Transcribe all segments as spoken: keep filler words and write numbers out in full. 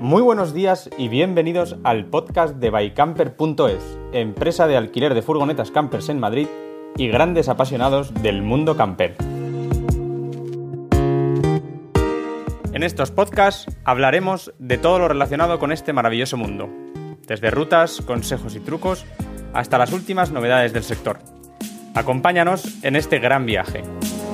Muy buenos días y bienvenidos al podcast de bycamper punto es, empresa de alquiler de furgonetas campers en Madrid y grandes apasionados del mundo camper. En estos podcasts hablaremos de todo lo relacionado con este maravilloso mundo, desde rutas, consejos y trucos, hasta las últimas novedades del sector. Acompáñanos en este gran viaje.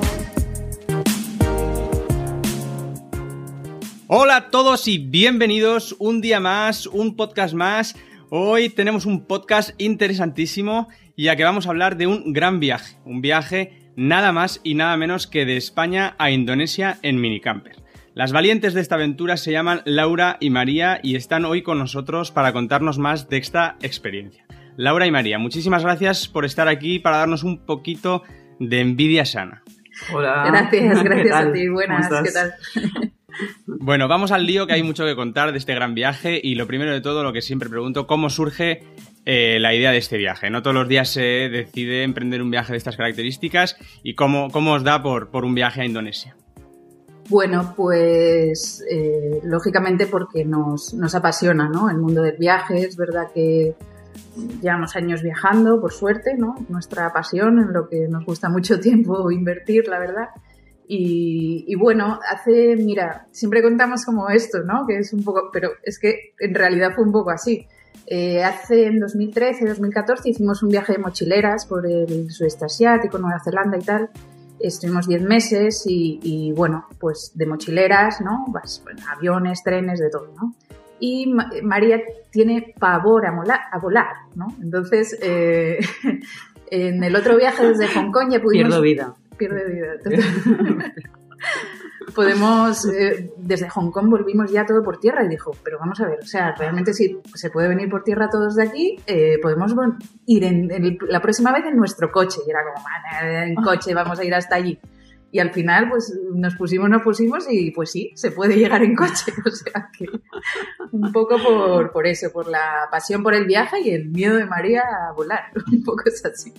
Hola a todos y bienvenidos un día más, un podcast más. Hoy tenemos un podcast interesantísimo, ya que vamos a hablar de un gran viaje. Un viaje nada más y nada menos que de España a Indonesia en minicamper. Las valientes de esta aventura se llaman Laura y María y están hoy con nosotros para contarnos más de esta experiencia. Laura y María, muchísimas gracias por estar aquí para darnos un poquito de envidia sana. Hola. Gracias, gracias a ti. Buenas, ¿qué tal? Bueno, vamos al lío, que hay mucho que contar de este gran viaje y lo primero de todo, lo que siempre pregunto, ¿cómo surge eh, la idea de este viaje? No todos los días se decide emprender un viaje de estas características y cómo, cómo os da por, por un viaje a Indonesia. Bueno, pues eh, lógicamente porque nos, nos apasiona, ¿no? El mundo del viaje. Es verdad que llevamos años viajando, por suerte, ¿no? Nuestra pasión, en lo que nos gusta mucho tiempo invertir, la verdad. Y, y bueno, hace, mira, siempre contamos como esto, ¿no? Que es un poco, pero es que en realidad fue un poco así. Eh, hace en dos mil trece, dos mil catorce hicimos un viaje de mochileras por el sudeste asiático, Nueva Zelanda y tal. Estuvimos diez meses y, y bueno, pues de mochileras, ¿no? Vas, bueno, aviones, trenes, de todo, ¿no? Y Ma- María tiene pavor a, mola- a volar, ¿no? Entonces, eh, en el otro viaje desde Hong Kong ya pudimos... Pierdo vida. Pierde vida. Podemos, eh, desde Hong Kong volvimos ya todo por tierra y dijo, pero vamos a ver, o sea, realmente si se puede venir por tierra todos de aquí, eh, podemos ir en, en el, la próxima vez en nuestro coche. Y era como, en coche vamos a ir hasta allí. Y al final, pues nos pusimos, nos pusimos y pues sí, se puede llegar en coche. O sea que un poco por, por eso, por la pasión por el viaje y el miedo de María a volar. Un poco es así.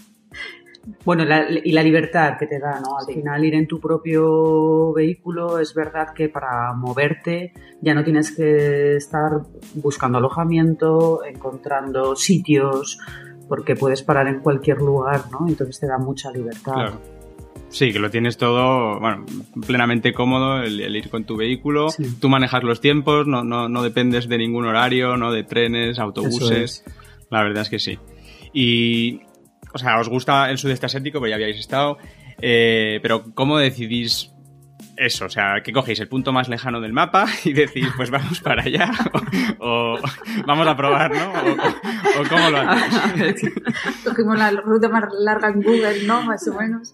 Bueno, la, y la libertad que te da, ¿no? Al sí. final ir en tu propio vehículo, es verdad que para moverte ya no tienes que estar buscando alojamiento, encontrando sitios, porque puedes parar en cualquier lugar, ¿no? Entonces te da mucha libertad. Claro. Sí, que lo tienes todo, bueno, plenamente cómodo el, el ir con tu vehículo. Sí. Tú manejas los tiempos, no, no, no dependes de ningún horario, no de trenes, autobuses. La verdad es que sí. Y... O sea, os gusta el sudeste asiático, pues ya habíais estado, eh, pero ¿cómo decidís eso? O sea, ¿qué cogéis? ¿El punto más lejano del mapa y decís, pues vamos para allá? O, o vamos a probar, ¿no? O, o, o ¿cómo lo hacéis? Cogimos la ruta más larga en Google, ¿no? Más o menos.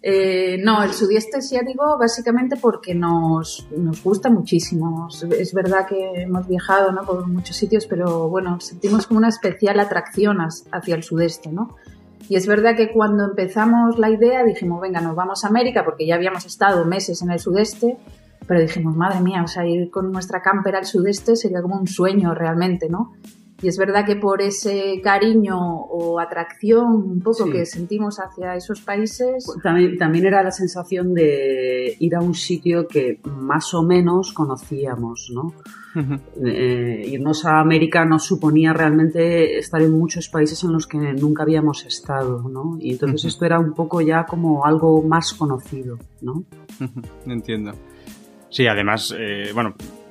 Eh, no, el sudeste asiático básicamente porque nos, nos gusta muchísimo. Es verdad que hemos viajado, ¿no? Por muchos sitios, pero bueno, sentimos como una especial atracción hacia el sudeste, ¿no? Y es verdad que cuando empezamos la idea dijimos, venga, nos vamos a América, porque ya habíamos estado meses en el sudeste, pero dijimos, madre mía, o sea, ir con nuestra camper al sudeste sería como un sueño realmente, ¿no? Y es verdad que por ese cariño o atracción un poco sí. que sentimos hacia esos países... También, también era la sensación de ir a un sitio que más o menos conocíamos, ¿no? Uh-huh. Eh, irnos a América nos suponía realmente estar en muchos países en los que nunca habíamos estado, ¿no? Y entonces uh-huh. esto era un poco ya como algo más conocido, ¿no? Uh-huh. Entiendo. Sí, además, eh, bueno...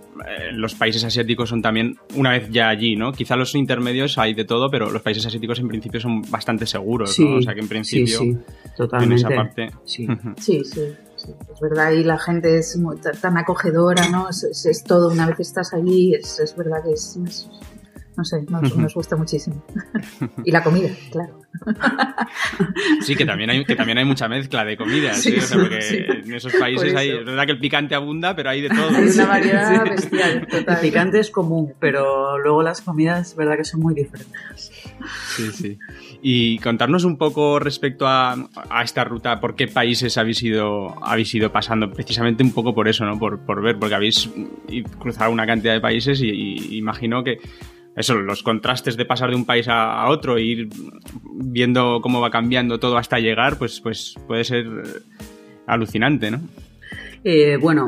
los países asiáticos son también, una vez ya allí, ¿no? Quizá los intermedios hay de todo, pero los países asiáticos en principio son bastante seguros, sí, ¿no? O sea que en principio, sí, sí, totalmente. en esa parte... Sí, sí, sí, sí, es verdad. Y la gente es muy, tan acogedora, ¿no? Es, es, es todo, una vez estás allí, es, es verdad que es... es no sé, nos, nos gusta muchísimo. Y la comida, claro. Sí, que también hay que también hay mucha mezcla de comidas, sí, ¿sí? O sea, porque sí. en esos países hay, es verdad que el picante abunda, pero hay de todo. Hay una variedad sí. bestial, total. El picante es común, pero luego las comidas, es verdad que son muy diferentes. Sí, sí. Y contarnos un poco respecto a, a esta ruta, ¿por qué países habéis ido habéis ido pasando? Precisamente un poco por eso, ¿no? Por, por ver, porque habéis cruzado una cantidad de países y, y imagino que eso, los contrastes de pasar de un país a, a otro e ir viendo cómo va cambiando todo hasta llegar, pues, pues puede ser alucinante, ¿no? Eh, bueno,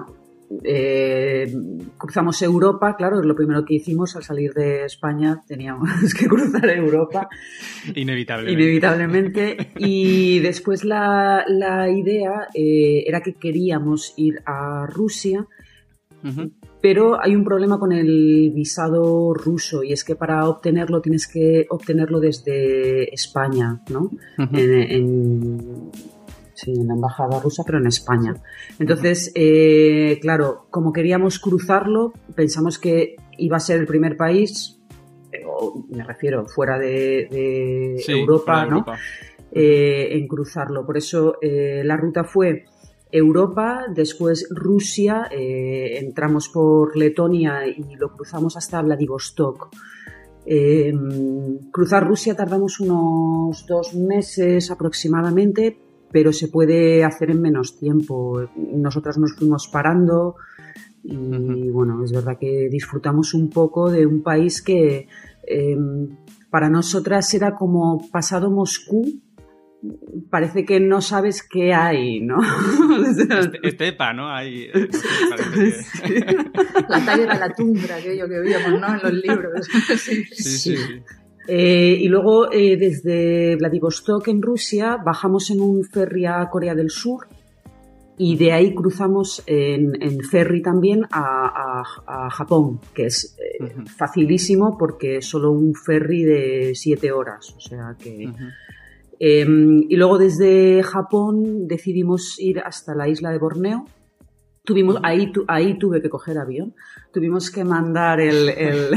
eh, cruzamos Europa, claro, es lo primero que hicimos al salir de España, teníamos que cruzar Europa. Inevitablemente. Inevitablemente. Y después la, la idea eh, era que queríamos ir a Rusia, uh-huh. pero hay un problema con el visado ruso y es que para obtenerlo tienes que obtenerlo desde España, ¿no? Uh-huh. En... en Sí, en la embajada rusa, pero en España. Entonces, eh, claro, como queríamos cruzarlo, pensamos que iba a ser el primer país, eh, o me refiero fuera de, de sí, Europa, ¿no? Europa. Eh, en cruzarlo. Por eso eh, la ruta fue Europa, después Rusia, eh, entramos por Letonia y lo cruzamos hasta Vladivostok. Eh, cruzar Rusia tardamos unos dos meses aproximadamente, pero se puede hacer en menos tiempo. Nosotras nos fuimos parando y, uh-huh. bueno, es verdad que disfrutamos un poco de un país que eh, para nosotras era como pasado Moscú, parece que no sabes qué hay, ¿no? Estepa, ¿no? Hay, eh, que... sí. La taiga, la tundra, aquello que veíamos, ¿no? En los libros. Sí, sí, sí. sí. Eh, y luego eh, desde Vladivostok en Rusia bajamos en un ferry a Corea del Sur y de ahí cruzamos en, en ferry también a, a, a Japón, que es eh, uh-huh. facilísimo porque es solo un ferry de siete horas, o sea que... Uh-huh. Eh, y luego desde Japón decidimos ir hasta la isla de Borneo. Tuvimos, uh-huh. ahí, tu, ahí tuve que coger avión. Tuvimos que mandar el... el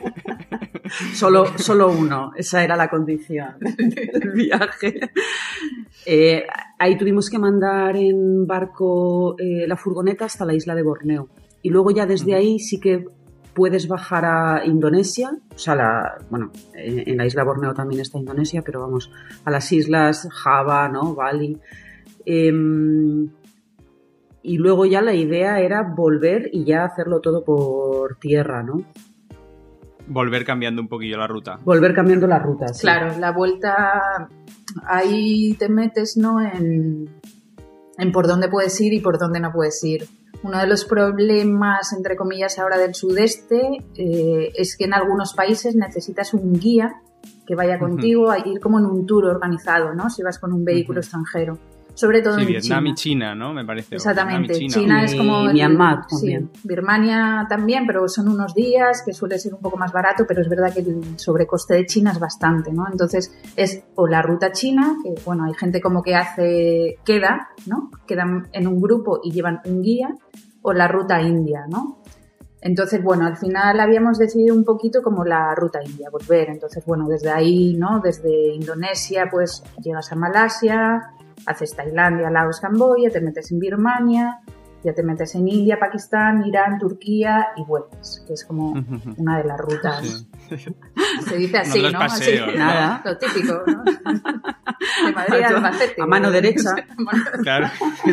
solo, solo uno. Esa era la condición del viaje. Eh, ahí tuvimos que mandar en barco eh, la furgoneta hasta la isla de Borneo. Y luego ya desde uh-huh. ahí sí que puedes bajar a Indonesia. O sea, la, bueno, en, en la isla Borneo también está Indonesia, pero vamos, a las islas Java, ¿no? Bali. Eh, Y luego ya la idea era volver y ya hacerlo todo por tierra, ¿no? Volver cambiando un poquillo la ruta. Volver cambiando la ruta, sí. Claro, la vuelta, ahí te metes, ¿no? En, en por dónde puedes ir y por dónde no puedes ir. Uno de los problemas, entre comillas, ahora del sudeste eh, es que en algunos países necesitas un guía que vaya contigo uh-huh. a ir como en un tour organizado, ¿no? Si vas con un vehículo uh-huh. extranjero. Sobre todo sí, en Vietnam China. y China, ¿no? Me parece. Exactamente. China, China es como... Y Myanmar también. Sí, Birmania también, pero son unos días que suele ser un poco más barato, pero es verdad que el sobrecoste de China es bastante, ¿no? Entonces es o la ruta china, que bueno, hay gente como que hace, queda, ¿no? Quedan en un grupo y llevan un guía, o la ruta india, ¿no? Entonces, bueno, al final habíamos decidido un poquito como la ruta india, volver. Entonces, bueno, desde ahí, ¿no? Desde Indonesia, pues llegas a Malasia, haces Tailandia, Laos, Camboya, te metes en Birmania, ya te metes en India, Pakistán, Irán, Turquía y vuelves, que es como una de las rutas. Sí. Se dice así, no, ¿no? Paseos, así, ¿no? Nada, lo típico, ¿no? De Madrid a Albacete. A mano derecha. Claro.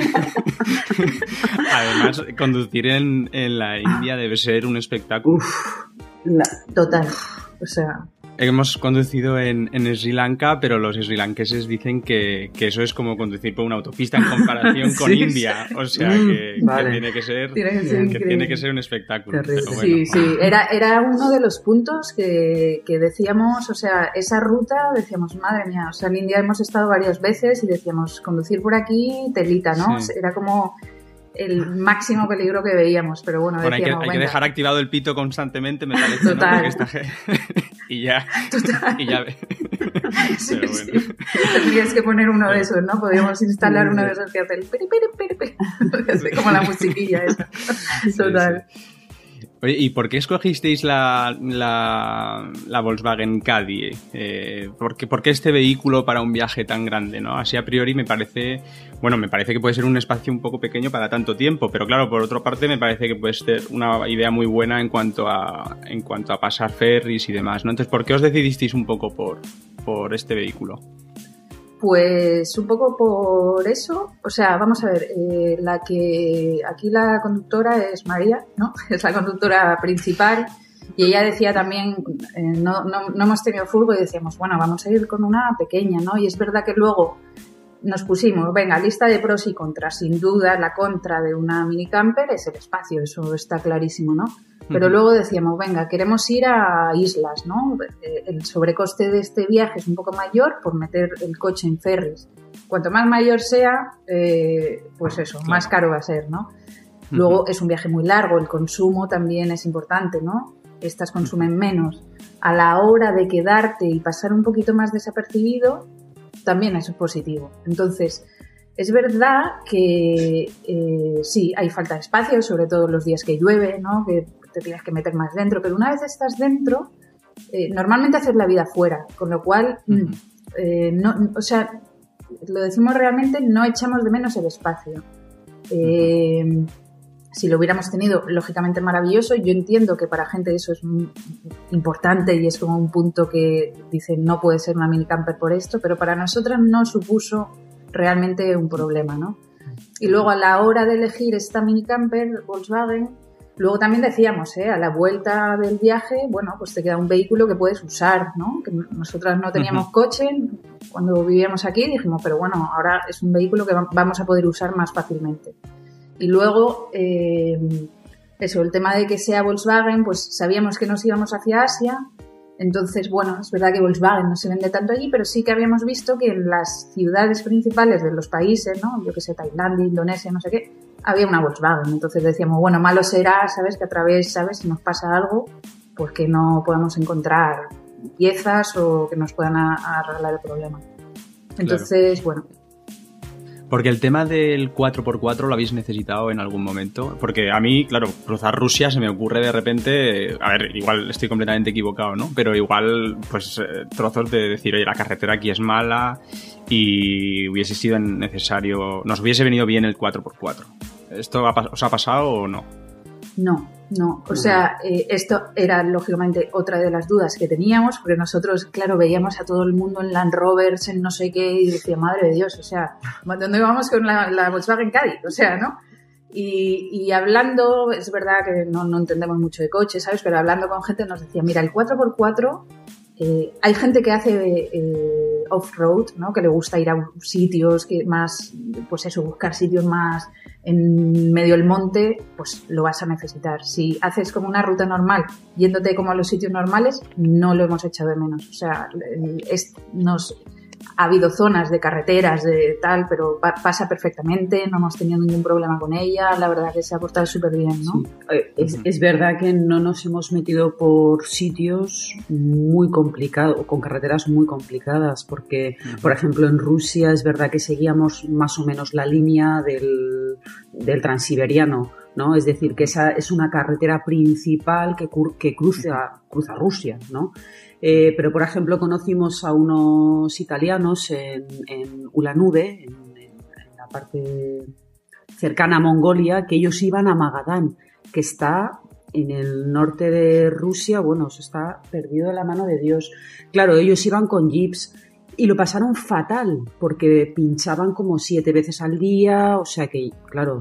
Además, conducir en, en la India debe ser un espectáculo. Uf, la... Total. O sea... Hemos conducido en, en Sri Lanka, pero los srilankeses dicen que, que eso es como conducir por una autopista en comparación con sí, India. O sea, que, vale. que tiene que ser, tiene que ser, que tiene que ser un espectáculo. Pero bueno. Sí, sí. Era, era uno de los puntos que, que decíamos, o sea, esa ruta, decíamos, madre mía, o sea, en India hemos estado varias veces y decíamos, conducir por aquí, telita, ¿no? Sí. Era como... el máximo peligro que veíamos, pero bueno, bueno decíamos, hay, que, hay que dejar activado el pito constantemente, me parece. Total. ¿No? Está... y ya. Total. Y ya. Sí, pero bueno. Sí. Tendrías que poner uno de esos, ¿no? Podríamos instalar uno de esos que hace el pere, pere, pere, pere. Hace como la musiquilla esa. Total. Sí, sí. Oye, ¿y por qué escogisteis la, la, la Volkswagen Caddy? Eh, ¿por, qué, ¿Por qué este vehículo para un viaje tan grande, no? Así a priori me parece, bueno, me parece que puede ser un espacio un poco pequeño para tanto tiempo, pero claro, por otra parte me parece que puede ser una idea muy buena en cuanto a, en cuanto a pasar ferries y demás, ¿no? Entonces, ¿por qué os decidisteis un poco por, por este vehículo? Pues un poco por eso, o sea, vamos a ver, eh, la que aquí la conductora es María, ¿no? Es la conductora principal y ella decía también, eh, no, no, no hemos tenido furgo y decíamos, bueno, vamos a ir con una pequeña, ¿no? Y es verdad que luego nos pusimos, venga, lista de pros y contras. Sin duda, la contra de una minicamper es el espacio, eso está clarísimo, ¿no? Pero uh-huh. luego decíamos, venga, queremos ir a islas, ¿no? El sobrecoste de este viaje es un poco mayor por meter el coche en ferries. Cuanto más mayor sea, eh, pues eso, claro. más caro va a ser, ¿no? Uh-huh. Luego es un viaje muy largo, el consumo también es importante, ¿no? Estas consumen menos. A la hora de quedarte y pasar un poquito más desapercibido, también es positivo. Entonces, es verdad que eh, sí, hay falta de espacio, sobre todo los días que llueve, ¿no? Que te tienes que meter más dentro, pero una vez estás dentro, eh, normalmente haces la vida fuera, con lo cual, uh-huh. eh, no, o sea, lo decimos realmente, no echamos de menos el espacio. Eh, uh-huh. Si lo hubiéramos tenido, lógicamente maravilloso. Yo entiendo que para gente eso es importante y es como un punto que dice no puede ser una minicamper por esto, pero para nosotras no supuso realmente un problema, ¿no? Y luego a la hora de elegir esta minicamper Volkswagen, luego también decíamos, ¿eh? A la vuelta del viaje, bueno, pues te queda un vehículo que puedes usar, ¿no? Que nosotras no teníamos uh-huh. coche cuando vivíamos aquí, dijimos, pero bueno, ahora es un vehículo que vamos a poder usar más fácilmente. Y luego, eh, eso, el tema de que sea Volkswagen, pues sabíamos que nos íbamos hacia Asia, entonces, bueno, es verdad que Volkswagen no se vende tanto allí, pero sí que habíamos visto que en las ciudades principales de los países, ¿no? Yo que sé, Tailandia, Indonesia, no sé qué, había una Volkswagen. Entonces decíamos, bueno, malo será, ¿sabes? Que a través, ¿sabes? Si nos pasa algo, pues que no podamos encontrar piezas o que nos puedan a, a arreglar el problema. Entonces, claro. bueno... Porque el tema del cuatro por cuatro lo habéis necesitado en algún momento. Porque a mí, claro, cruzar Rusia se me ocurre de repente... A ver, igual estoy completamente equivocado, ¿no? Pero igual, pues, trozos de decir, oye, la carretera aquí es mala y hubiese sido necesario... Nos hubiese venido bien el cuatro por cuatro. ¿Esto os ha pasado o no? No, no. O sea, eh, esto era lógicamente otra de las dudas que teníamos, porque nosotros, claro, veíamos a todo el mundo en Land Rovers, en no sé qué, y decía, madre de Dios, o sea, ¿dónde vamos con la, la Volkswagen Caddy? O sea, ¿no? Y, y hablando, es verdad que no, no entendemos mucho de coches, ¿sabes? Pero hablando con gente nos decía, mira, el cuatro por cuatro, eh, hay gente que hace eh, off-road, ¿no? Que le gusta ir a sitios que más, pues eso, buscar sitios más en medio del monte, pues lo vas a necesitar. Si haces como una ruta normal, yéndote como a los sitios normales, no lo hemos echado de menos. O sea, es, nos, ha habido zonas de carreteras, de tal, pero pa- pasa perfectamente, no hemos tenido ningún problema con ella, la verdad que se ha portado súper bien, ¿no? Sí. Es, es verdad que no nos hemos metido por sitios muy complicados, con carreteras muy complicadas, porque, uh-huh. por ejemplo, en Rusia es verdad que seguíamos más o menos la línea del, del transiberiano, ¿no? Es decir, que esa es una carretera principal que, cur- que cruza, cruza Rusia, ¿no? Eh, pero, por ejemplo, conocimos a unos italianos en, en Ulan-Ude, en, en, en la parte cercana a Mongolia, que ellos iban a Magadán, que está en el norte de Rusia, bueno, eso está perdido de la mano de Dios. Claro, ellos iban con jeeps y lo pasaron fatal, porque pinchaban como siete veces al día, o sea que, claro...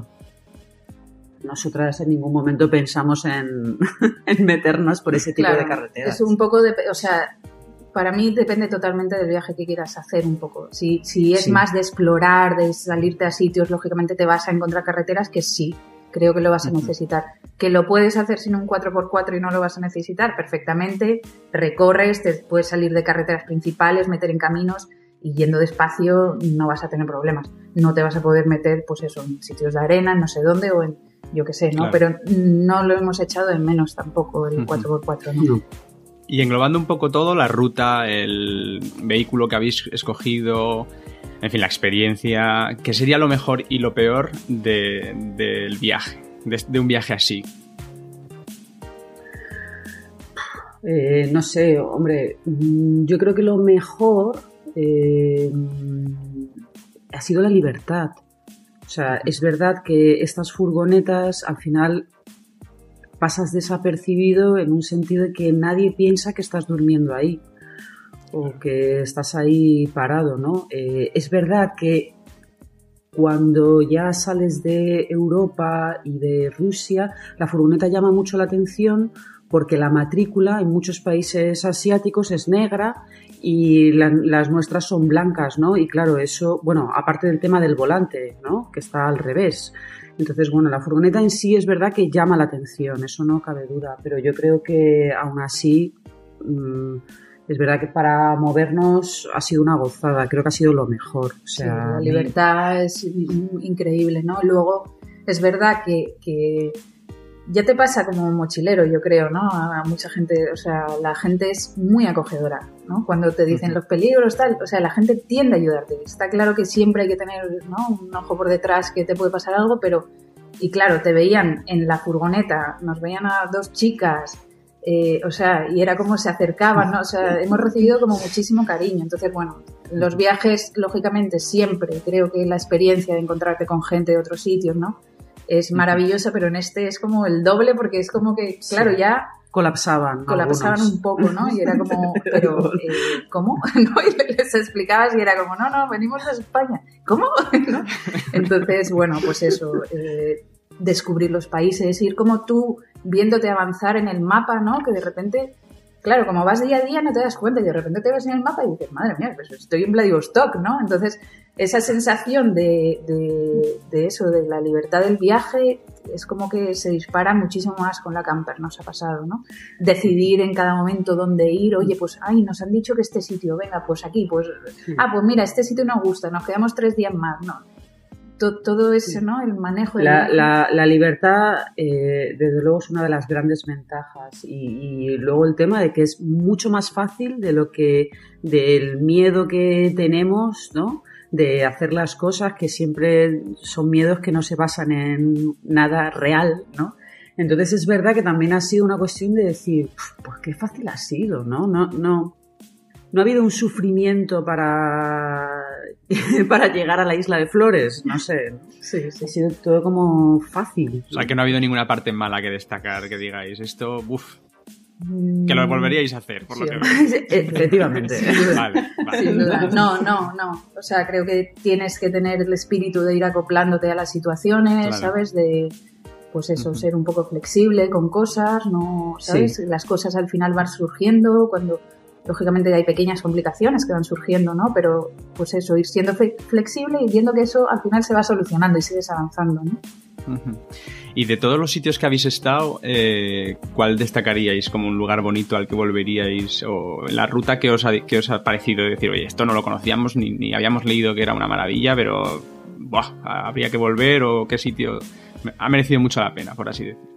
Nosotras en ningún momento pensamos en, en meternos por ese tipo claro, de carreteras. Es un poco de, o sea, para mí depende totalmente del viaje que quieras hacer un poco. Si, si es sí. más de explorar, de salirte a sitios, lógicamente te vas a encontrar carreteras que sí, creo que lo vas a necesitar. Que lo puedes hacer sin un cuatro por cuatro y no lo vas a necesitar, perfectamente. Recorres, te puedes salir de carreteras principales, meter en caminos y yendo despacio no vas a tener problemas. No te vas a poder meter, pues eso, en sitios de arena, no sé dónde o en... yo qué sé, ¿no? Claro. Pero no lo hemos echado en menos tampoco el uh-huh. cuatro por cuatro, ¿no? Y englobando un poco todo, la ruta, el vehículo que habéis escogido, en fin, la experiencia, ¿qué sería lo mejor y lo peor de, del viaje, de, de un viaje así? Eh, no sé, hombre, yo creo que lo mejor eh, ha sido la libertad. O sea, es verdad que estas furgonetas al final pasas desapercibido en un sentido de que nadie piensa que estás durmiendo ahí o que estás ahí parado, ¿no? Eh, es verdad que cuando ya sales de Europa y de Rusia, la furgoneta llama mucho la atención porque la matrícula en muchos países asiáticos es negra y la, las nuestras son blancas, ¿no? Y claro, eso, bueno, aparte del tema del volante, ¿no? Que está al revés. Entonces, bueno, la furgoneta en sí es verdad que llama la atención, eso no cabe duda, pero yo creo que aún así mmm, es verdad que para movernos ha sido una gozada, creo que ha sido lo mejor. O sea, sí, la libertad es increíble, ¿no? Luego, es verdad que, que ya te pasa como mochilero, yo creo, ¿no? A mucha gente, o sea, la gente es muy acogedora, ¿no? Cuando te dicen los peligros, tal, o sea, la gente tiende a ayudarte. Está claro que siempre hay que tener, ¿no? Un ojo por detrás que te puede pasar algo, pero, y claro, te veían en la furgoneta, nos veían a dos chicas, eh, o sea, y era como se acercaban, ¿no? O sea, hemos recibido como muchísimo cariño. Entonces, bueno, los viajes, lógicamente, siempre creo que la experiencia de encontrarte con gente de otros sitios, ¿no? Es maravillosa, pero en este es como el doble porque es como que, claro, sí, ya... Colapsaban. Colapsaban algunos. un poco, ¿no? Y era como, pero, eh, ¿cómo? ¿No? Y les explicabas y era como, no, no, venimos de España. ¿Cómo? ¿No? Entonces, bueno, pues eso, eh, descubrir los países, ir como tú viéndote avanzar en el mapa, ¿no? Que de repente... Claro, como vas día a día no te das cuenta y de repente te ves en el mapa y dices, madre mía, pues estoy en Vladivostok, ¿no? Entonces, esa sensación de, de, de eso, de la libertad del viaje, es como que se dispara muchísimo más con la camper, nos ha pasado, ¿no? Decidir en cada momento dónde ir, oye, pues, ay, nos han dicho que este sitio, venga, pues aquí, pues, sí. ah, pues mira, este sitio nos gusta, nos quedamos tres días más, ¿no? Todo eso, ¿no? El manejo de la, la, la libertad, eh, desde luego, es una de las grandes ventajas. Y, y luego el tema de que es mucho más fácil de lo que, del miedo que tenemos, ¿no? De hacer las cosas que siempre son miedos que no se basan en nada real, ¿no? Entonces es verdad que también ha sido una cuestión de decir, pues qué fácil ha sido, ¿no? No, no, no ha habido un sufrimiento para... para llegar a la Isla de Flores, no sé. Sí, sí. Ha sido todo como fácil. O sea, que no ha habido ninguna parte mala que destacar, que digáis, esto, uff, que lo volveríais a hacer, por sí, lo que veo. Efectivamente. Vale, vale. Sin duda. No, no, no. O sea, creo que tienes que tener el espíritu de ir acoplándote a las situaciones, claro. ¿Sabes? De, pues eso, uh-huh. ser un poco flexible con cosas, ¿no? ¿Sabes? Sí. Las cosas al final van surgiendo cuando... Lógicamente hay pequeñas complicaciones que van surgiendo, ¿no? Pero, pues eso, ir siendo flexible y viendo que eso al final se va solucionando y sigues avanzando, ¿no? Uh-huh. Y de todos los sitios que habéis estado, eh, ¿cuál destacaríais como un lugar bonito al que volveríais? O la ruta que os ha, que os ha parecido decir, oye, esto no lo conocíamos ni, ni habíamos leído que era una maravilla, pero buah, habría que volver, o qué sitio ha merecido mucho la pena, por así decirlo.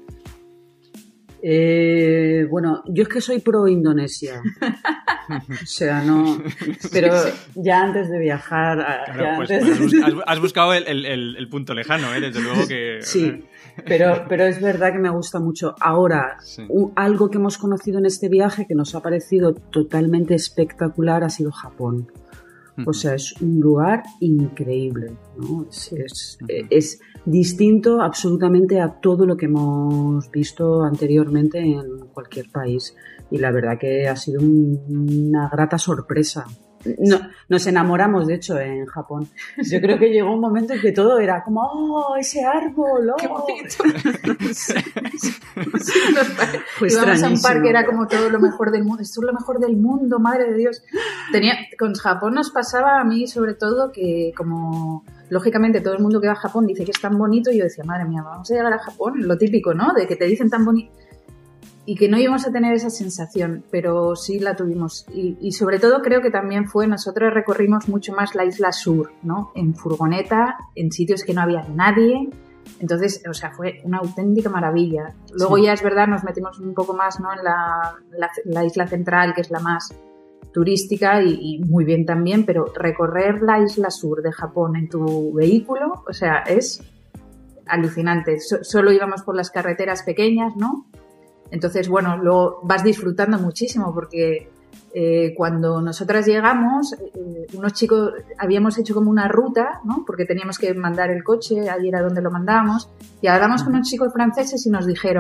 Eh, bueno, yo es que soy pro Indonesia, o sea, no, pero ya antes de viajar, claro, ya pues, antes... pues has, has buscado el, el, el punto lejano, ¿eh? Desde luego que... Sí, pero, pero es verdad que me gusta mucho. Ahora, sí. un, algo que hemos conocido en este viaje que nos ha parecido totalmente espectacular ha sido Japón. O sea, es un lugar increíble, ¿no? Es, es, uh-huh. es distinto absolutamente a todo lo que hemos visto anteriormente en cualquier país. Y la verdad que ha sido un, una grata sorpresa. No, nos enamoramos, de hecho, en Japón. Yo creo que llegó un momento en que todo era como, ¡oh, ese árbol! ¡Oh! ¡Qué bonito! Sí, sí, sí, pues íbamos a un parque, era como todo lo mejor del mundo. Esto es lo mejor del mundo, madre de Dios. Tenía, con Japón nos pasaba a mí, sobre todo, que como... Lógicamente, todo el mundo que va a Japón dice que es tan bonito, y yo decía, madre mía, vamos a llegar a Japón, lo típico, ¿no? De que te dicen tan bonito. Y que no íbamos a tener esa sensación, pero sí la tuvimos. Y, y sobre todo creo que también fue, nosotros recorrimos mucho más la isla sur, ¿no? En furgoneta, en sitios que no había nadie. Entonces, o sea, fue una auténtica maravilla. Luego sí. ya es verdad, nos metimos un poco más, ¿no? En la, la, la isla central, que es la más turística y, y muy bien también, pero recorrer la isla sur de Japón en tu vehículo, o sea, es alucinante. So, solo íbamos por las carreteras pequeñas, ¿no? Entonces, bueno, luego vas disfrutando muchísimo porque eh, cuando nosotras llegamos, eh, unos chicos, habíamos hecho como una ruta, ¿no? Porque teníamos que mandar el coche, ahí era donde lo mandábamos, y hablamos con unos chicos franceses y nos dijeron,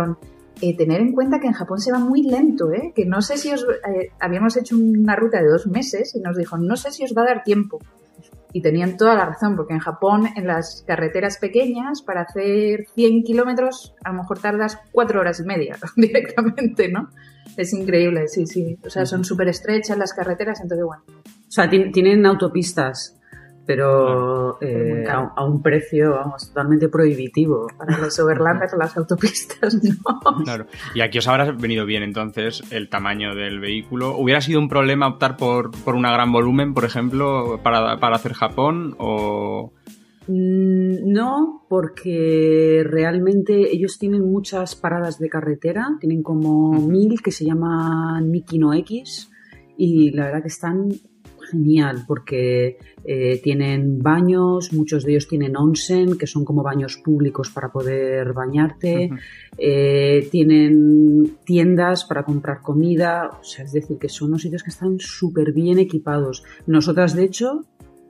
eh, tener en cuenta que en Japón se va muy lento, ¿eh? Que no sé si os... Eh, habíamos hecho una ruta de dos meses y nos dijo, no sé si os va a dar tiempo. Y tenían toda la razón, porque en Japón, en las carreteras pequeñas, para hacer cien kilómetros, a lo mejor tardas cuatro horas y media directamente, ¿no? Es increíble, sí, sí. O sea, son súper estrechas las carreteras, entonces, bueno. O sea, t- tienen autopistas, pero eh, a, a un precio, vamos, totalmente prohibitivo. Para los overlanders, las autopistas, ¿no? Claro. Y aquí os habrá venido bien, entonces, el tamaño del vehículo. ¿Hubiera sido un problema optar por, por una gran volumen, por ejemplo, para, para hacer Japón? O... No, porque realmente ellos tienen muchas paradas de carretera, tienen como uh-huh. mil que se llaman Mikino X, y la verdad que están genial porque eh, tienen baños, muchos de ellos tienen onsen, que son como baños públicos para poder bañarte, uh-huh. eh, tienen tiendas para comprar comida, o sea, es decir, que son unos sitios que están súper bien equipados. Nosotras, de hecho,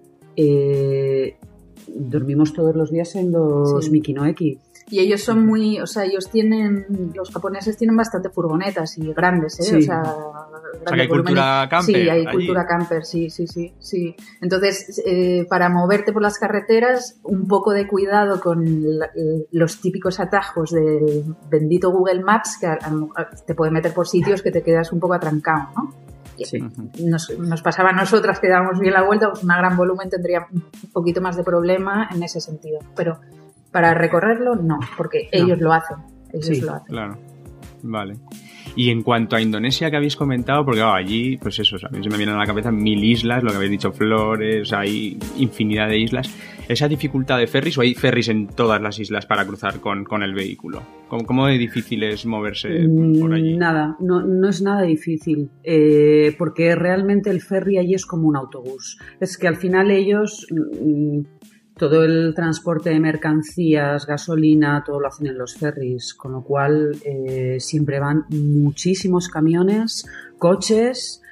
eh, dormimos todos los días en los sí. Mikino X. Y ellos son muy, o sea, ellos tienen, los japoneses tienen bastante furgonetas y grandes, ¿eh? Sí. O sea, o sea, que hay cultura camper. Sí, hay allí. cultura camper, sí, sí, sí, sí. Entonces, eh, para moverte por las carreteras, un poco de cuidado con la, los típicos atajos del bendito Google Maps, que a, a, te puede meter por sitios que te quedas un poco atrancado, ¿no? Sí. Nos, nos pasaba a nosotras que dábamos bien la vuelta, pues una gran volumen tendría un poquito más de problema en ese sentido, pero para recorrerlo no, porque no. ellos lo hacen, ellos sí, lo hacen. Claro, vale. Y en cuanto a Indonesia que habéis comentado, porque oh, allí, pues eso, a mí se me vienen a la cabeza mil islas, lo que habéis dicho, flores, o sea, hay infinidad de islas. ¿Esa dificultad de ferries o hay ferries en todas las islas para cruzar con, con el vehículo? ¿Cómo, cómo de difícil es moverse por allí? Nada, no, no es nada difícil, eh, porque realmente el ferry allí es como un autobús. Es que al final ellos... Mmm, todo el transporte de mercancías, gasolina, todo lo hacen en los ferries, con lo cual eh, siempre van muchísimos camiones, coches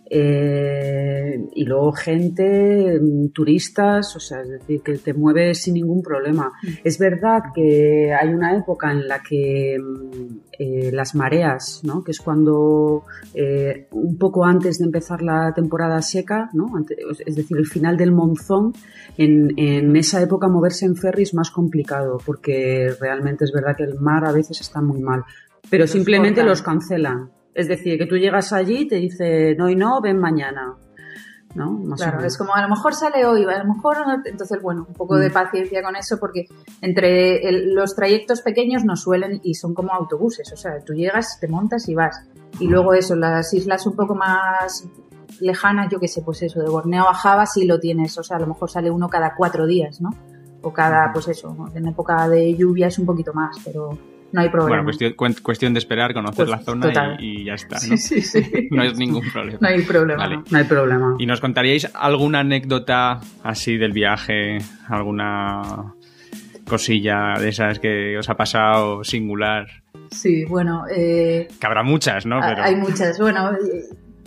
eh, y luego gente, turistas, o sea, es decir, que te mueves sin ningún problema. Es verdad que hay una época en la que eh, las mareas, ¿no? Que es cuando eh, un poco antes de empezar la temporada seca, ¿no? Es decir, el final del monzón, en, en esa época moverse en ferry es más complicado porque realmente es verdad que el mar a veces está muy mal, pero los simplemente cortan. Los cancelan. Es decir, que tú llegas allí y te dice no y no, ven mañana, ¿no? Más claro, es como a lo mejor sale hoy, a lo mejor no. Entonces, bueno, un poco mm. de paciencia con eso porque entre el, los trayectos pequeños no suelen y son como autobuses, o sea, tú llegas, te montas y vas. Y luego eso, las islas un poco más lejanas, yo qué sé, pues eso, de Borneo a Java sí lo tienes, o sea, a lo mejor sale uno cada cuatro días, ¿no? O cada, pues eso, en época de lluvia es un poquito más, pero... No hay problema. Bueno, cuestión, cuestión de esperar, conocer pues, la zona y, y ya está, ¿no? Sí, sí, sí. No es ningún problema. No hay problema. Vale. No. no hay problema. ¿Y nos contaríais alguna anécdota así del viaje? ¿Alguna cosilla de esas que os ha pasado singular? Sí, bueno... Eh, que habrá muchas, ¿no? Pero... Hay muchas. Bueno... Eh,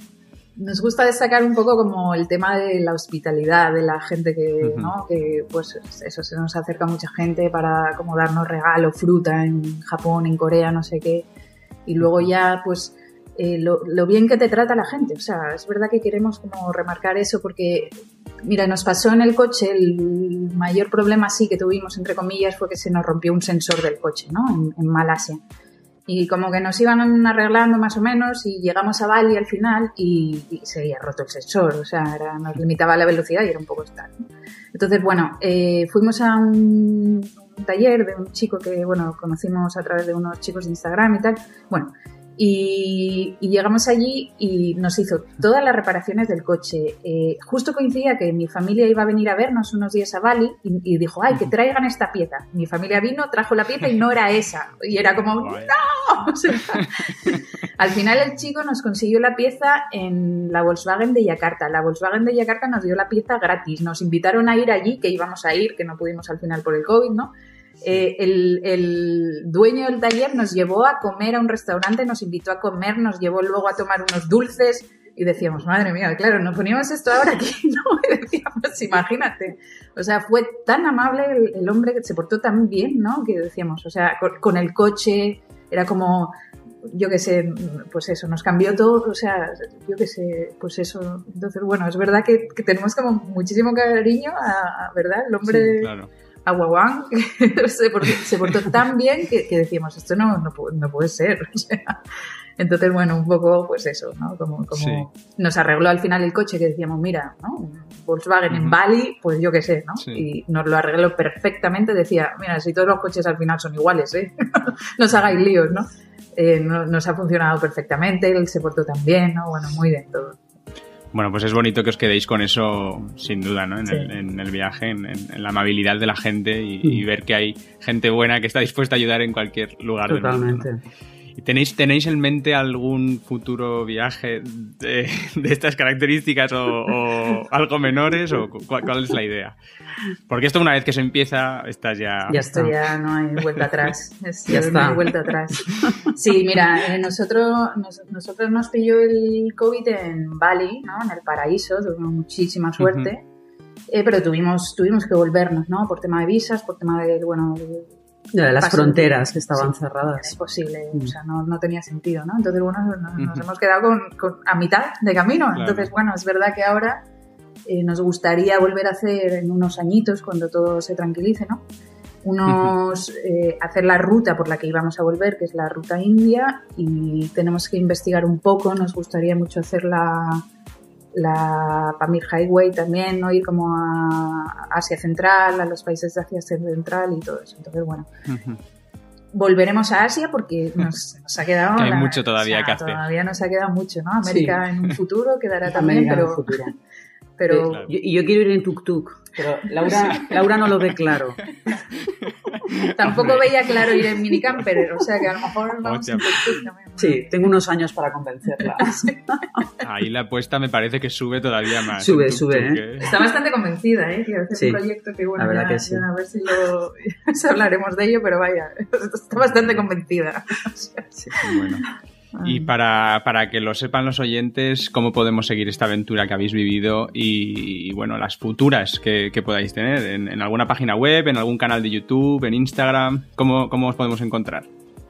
Nos gusta destacar un poco como el tema de la hospitalidad de la gente que, uh-huh. ¿no? Que pues eso, se nos acerca mucha gente para como darnos regalo, fruta en Japón, en Corea, no sé qué. Y luego ya pues eh, lo, lo bien que te trata la gente. O sea, es verdad que queremos como remarcar eso porque, mira, nos pasó en el coche, el mayor problema sí que tuvimos, entre comillas, fue que se nos rompió un sensor del coche, ¿no? En, en Malasia. Y como que nos iban arreglando más o menos y llegamos a Bali al final y, y se había roto el sensor, o sea, era, nos limitaba la velocidad y era un poco extraño. Entonces, bueno, eh, fuimos a un, un taller de un chico que, bueno, conocimos a través de unos chicos de Instagram y tal, bueno, y, y llegamos allí y nos hizo todas las reparaciones del coche. Eh, justo coincidía que mi familia iba a venir a vernos unos días a Bali y, y dijo, ay, que traigan esta pieza. Mi familia vino, trajo la pieza y no era esa. Y era como, ¡no! O sea, al final el chico nos consiguió la pieza en la Volkswagen de Yakarta. La Volkswagen de Yakarta nos dio la pieza gratis. Nos invitaron a ir allí, que íbamos a ir, que no pudimos al final por el COVID, ¿no? Eh, el, el dueño del taller nos llevó a comer a un restaurante, nos invitó a comer, nos llevó luego a tomar unos dulces y decíamos, madre mía, claro, nos poníamos esto ahora aquí, ¿no? Y decíamos, imagínate. O sea, fue tan amable el, el hombre que se portó tan bien, ¿no? Que decíamos, o sea, con, con el coche, Era como, yo qué sé, pues eso, nos cambió todo, o sea, yo qué sé, pues eso. Entonces, bueno, es verdad que, que tenemos como muchísimo cariño a, a ¿verdad? El hombre... Sí, claro. A Guaguán, que se portó, se portó tan bien que, que decíamos, esto no, no, no puede ser. O sea, entonces, bueno, un poco, pues eso, ¿no? Como, como sí. Nos arregló al final el coche que decíamos, mira, ¿no? Un Volkswagen uh-huh. en Bali, pues yo qué sé, ¿no? Sí. Y nos lo arregló perfectamente. Decía, mira, si todos los coches al final son iguales, ¿eh? No os hagáis líos, ¿no? Eh, no, nos ha funcionado perfectamente, él se portó tan bien, ¿no? Bueno, muy bien todo. Bueno, pues es bonito que os quedéis con eso, sin duda, ¿no? En, sí. el, en el viaje, en, en la amabilidad de la gente y, y ver que hay gente buena que está dispuesta a ayudar en cualquier lugar Totalmente. del mundo, ¿no? ¿Y tenéis, tenéis en mente algún futuro viaje de, de estas características o, o algo menores? ¿O cuál, cuál es la idea? Porque esto una vez que se empieza, estás ya... Ya está, ya no hay vuelta atrás. Es, ya está. No hay vuelta atrás. Sí, mira, eh, nosotros, nos, nosotros nos pilló el COVID en Bali, ¿no? En el paraíso, tuvimos muchísima suerte, uh-huh. eh, pero tuvimos, tuvimos que volvernos, ¿no? Por tema de visas, por tema de, bueno... De, de las fronteras que estaban sí, cerradas. Es posible, mm. o sea, no, no tenía sentido, ¿no? Entonces, bueno, nos, nos uh-huh. hemos quedado con, con, a mitad de camino. Claro. Entonces, bueno, es verdad que ahora eh, nos gustaría volver a hacer en unos añitos, cuando todo se tranquilice, ¿no? Unos, uh-huh. eh, hacer la ruta por la que íbamos a volver, que es la ruta india, y tenemos que investigar un poco, nos gustaría mucho hacer la... la Pamir Highway también, ¿no? Ir como a Asia Central, a los países de Asia Central y todo eso. Entonces, bueno, uh-huh. volveremos a Asia porque nos, nos ha quedado... que hay la, mucho todavía o sea, que hacer. Todavía nos ha quedado mucho, ¿no? América sí. en un futuro quedará también, América pero... En futuro. pero sí, claro. yo, yo quiero ir en tuk-tuk, pero Laura, sí. Laura no lo ve claro. Tampoco Hombre. veía claro ir en minicamper, o sea que a lo mejor vamos en tuk-tuk también. Sí, tengo unos años para convencerla. Ahí la apuesta me parece que sube todavía más. Sube, tuk-tuk, sube, ¿eh? Está bastante convencida, ¿eh? Que a veces sí. un proyecto que, bueno, ya, que sí. ya a ver si lo si hablaremos de ello, pero vaya, está bastante convencida. Sí, bueno. Y para, para que lo sepan los oyentes, ¿cómo podemos seguir esta aventura que habéis vivido y, y bueno, las futuras que, que podáis tener? ¿En, ¿En alguna página web, en algún canal de YouTube, en Instagram? ¿Cómo, cómo os podemos encontrar?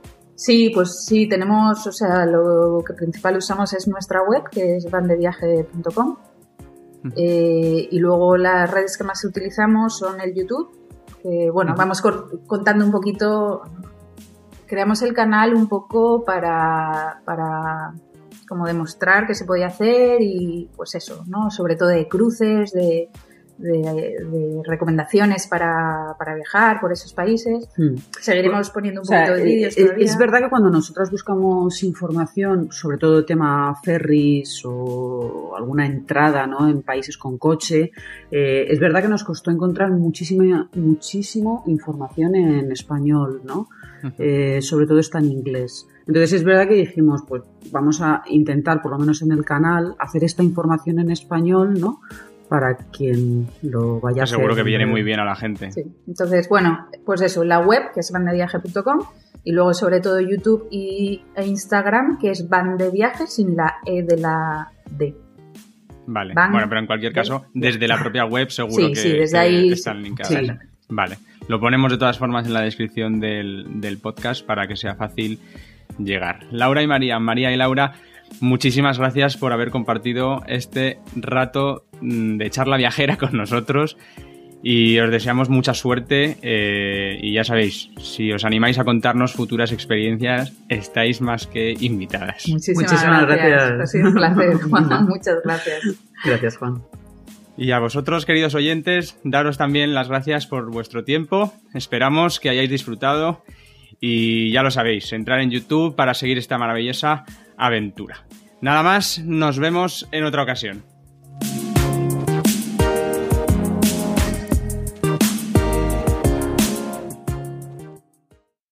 Sí, pues sí, tenemos, o sea, lo que principal usamos es nuestra web, que es vandeviaje punto com. Uh-huh. Eh, y luego las redes que más utilizamos son el YouTube, que bueno, uh-huh. vamos cor- contando un poquito... Creamos el canal un poco para, para como demostrar qué se podía hacer y pues eso, ¿no? Sobre todo de cruces, de, de, de recomendaciones para, para viajar por esos países. Hmm. Seguiremos poniendo un o poquito sea, de vídeos es, todavía. Es verdad que cuando nosotros buscamos información, sobre todo tema ferries o alguna entrada, ¿no? En países con coche, eh, es verdad que nos costó encontrar muchísima, muchísimo información en español, ¿no? Eh, sobre todo está en inglés. Entonces es verdad que dijimos, pues vamos a intentar, por lo menos en el canal, hacer esta información en español, ¿no? Para quien lo vaya a hacer. Seguro que viene muy bien a la gente. Sí. Entonces, bueno, pues eso, la web, que es vandeviaje punto com, y luego sobre todo YouTube y, e Instagram, que es vandeviaje sin la E de la D. Vale, Van bueno, pero en cualquier caso, desde la propia web seguro sí, que, sí, desde que ahí, están linkadas. Sí. Vale, lo ponemos de todas formas en la descripción del, del podcast para que sea fácil llegar. Laura y María, María y Laura, muchísimas gracias por haber compartido este rato de charla viajera con nosotros y os deseamos mucha suerte eh, y ya sabéis, si os animáis a contarnos futuras experiencias, estáis más que invitadas. Muchísimas, Muchísimas gracias. gracias. Ha sido un placer, Juan. Muchas gracias. Gracias, Juan. Y a vosotros, queridos oyentes, daros también las gracias por vuestro tiempo. Esperamos que hayáis disfrutado y ya lo sabéis, entrar en YouTube para seguir esta maravillosa aventura. Nada más, nos vemos en otra ocasión.